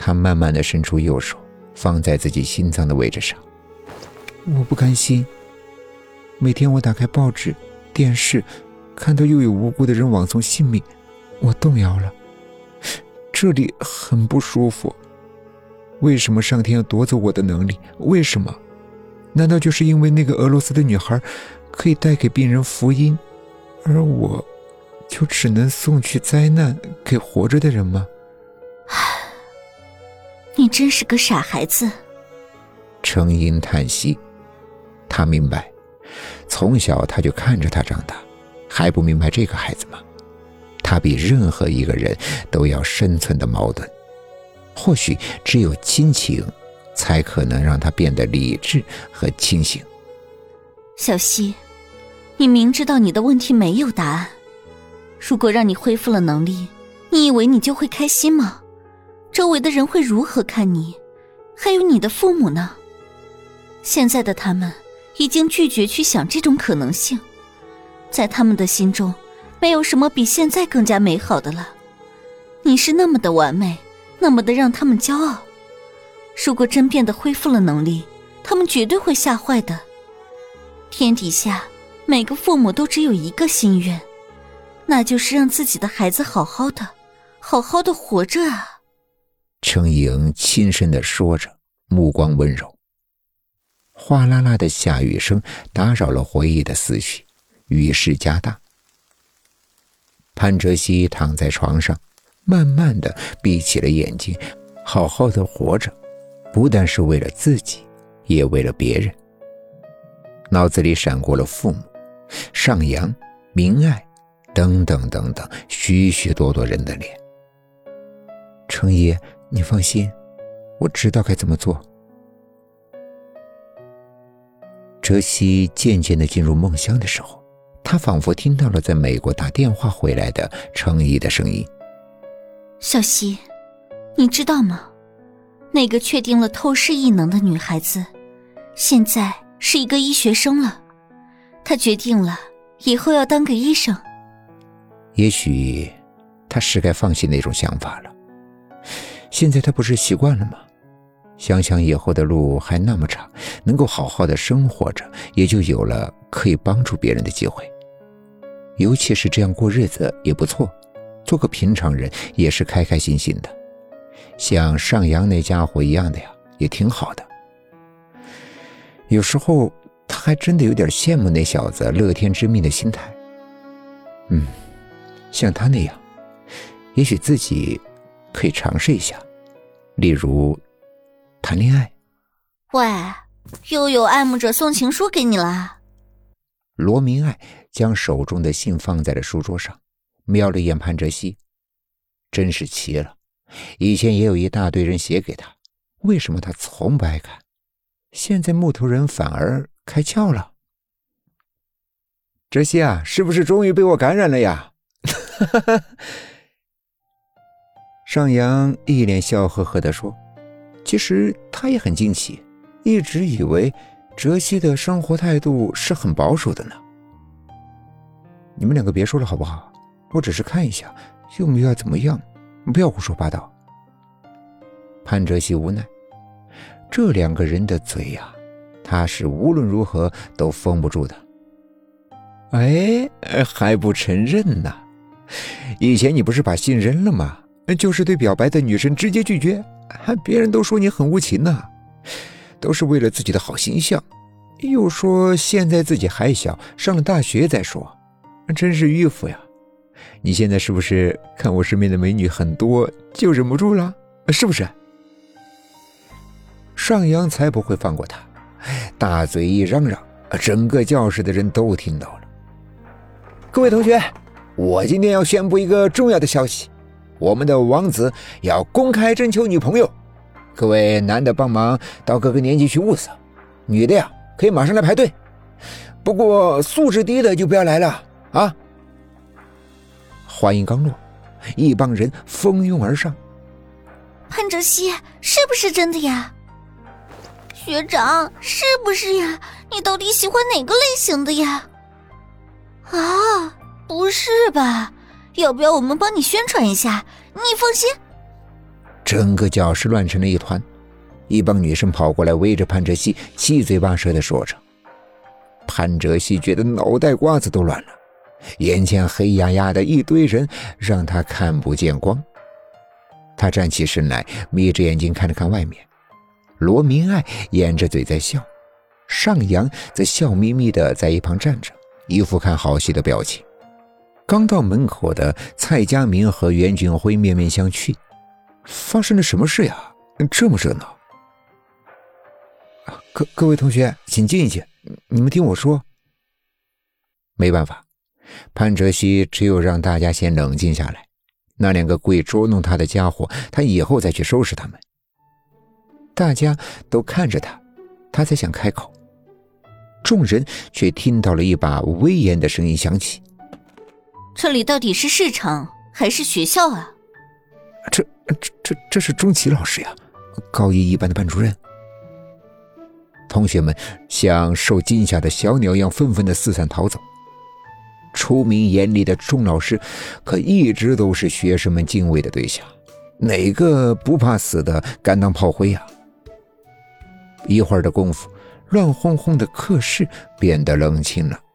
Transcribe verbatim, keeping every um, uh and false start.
他慢慢地伸出右手，放在自己心脏的位置上。 我不甘心，每天我打开报纸、电视，看到又有无辜的人枉送性命，我动摇了。这里很不舒服。为什么上天要夺走我的能力？为什么？难道就是因为那个俄罗斯的女孩可以带给病人福音，而我就只能送去灾难给活着的人吗？ 你真是个傻孩子。 程英叹息，他明白，从小他就看着他长大，还不明白这个孩子吗？他比任何一个人都要生存的矛盾，或许只有亲情才可能让他变得理智和清醒。 小希，你明知道你的问题没有答案，如果让你恢复了能力，你以为你就会开心吗？周围的人会如何看你？还有你的父母呢？现在的他们已经拒绝去想这种可能性，在他们的心中没有什么比现在更加美好的了。你是那么的完美，那么的让他们骄傲。如果真变得恢复了能力，他们绝对会吓坏的。天底下每个父母都只有一个心愿，那就是让自己的孩子好好的好好的活着啊。 程莹轻声地说着，目光温柔。哗啦啦的下雨声打扰了回忆的思绪，雨势加大。潘哲熙躺在床上，慢慢地闭起了眼睛，好好的活着，不但是为了自己，也为了别人。脑子里闪过了父母、上阳、明爱等等等等许许多多人的脸。 程爷，你放心，我知道该怎么做。 哲熙渐渐地进入梦乡的时候，他仿佛听到了在美国打电话回来的程毅的声音。 小希，你知道吗？那个确定了透视异能的女孩子，现在是一个医学生了。她决定了，以后要当个医生。 也许她是该放弃那种想法了。现在她不是习惯了吗？想想以后的路还那么长，能够好好的生活着，也就有了可以帮助别人的机会。尤其是这样过日子也不错，做个平常人也是开开心心的。像上阳那家伙一样的呀，也挺好的。有时候他还真的有点羡慕那小子乐天知命的心态。嗯，像他那样，也许自己可以尝试一下，例如谈恋爱。 喂，又有爱慕者送情书给你啦。 罗明爱将手中的信放在了书桌上，瞄了一眼潘哲熙，真是奇了，以前也有一大堆人写给他，为什么他从不爱看？现在木头人反而开窍了。哲熙啊，是不是终于被我感染了呀？上阳一脸笑呵呵地说，其实他也很惊奇，一直以为哲熙的生活态度是很保守的呢。你们两个别说了好不好？我只是看一下，又没有要怎么样，不要胡说八道。潘哲熙无奈，这两个人的嘴呀、啊，他是无论如何都封不住的。哎，还不承认呢？以前你不是把信扔了吗？就是对表白的女生直接拒绝，还别人都说你很无情呢，都是为了自己的好形象，又说现在自己还小，上了大学再说，真是迂腐呀。你现在是不是看我身边的美女很多就忍不住了，是不是？上阳才不会放过他，大嘴一嚷嚷，整个教室的人都听到了。各位同学，我今天要宣布一个重要的消息，我们的王子要公开征求女朋友，各位男的帮忙到各个年级去物色，女的呀可以马上来排队，不过素质低的就不要来了啊！话音刚落，一帮人蜂拥而上。 潘哲熙，是不是真的呀？学长，是不是呀？你到底喜欢哪个类型的呀？啊，不是吧？要不要我们帮你宣传一下？你放心。 整个教室乱成了一团。一帮女生跑过来围着潘哲熙，七嘴八舌地说着。潘哲熙觉得脑袋瓜子都乱了，眼前黑压压的一堆人让他看不见光。他站起身来，眯着眼睛看了看外面。罗明爱掩着嘴在笑，上扬则笑眯眯地在一旁站着，一副看好戏的表情。刚到门口的蔡佳明和袁俊辉面面相觑，发生了什么事呀？这么热闹。各各位同学，请进去，你们听我说。没办法，潘哲熙只有让大家先冷静下来。那两个故意捉弄他的家伙，他以后再去收拾他们。大家都看着他，他才想开口，众人却听到了一把威严的声音响起：“ 这里到底是市场还是学校啊？” 这这这这是钟奇老师呀，高一一班的班主任。 同学们像受惊吓的小鸟一样纷纷地四散逃走。出名严厉的钟老师可一直都是学生们敬畏的对象，哪个不怕死的敢当炮灰啊？一会儿的功夫，乱哄哄的课室变得冷清了。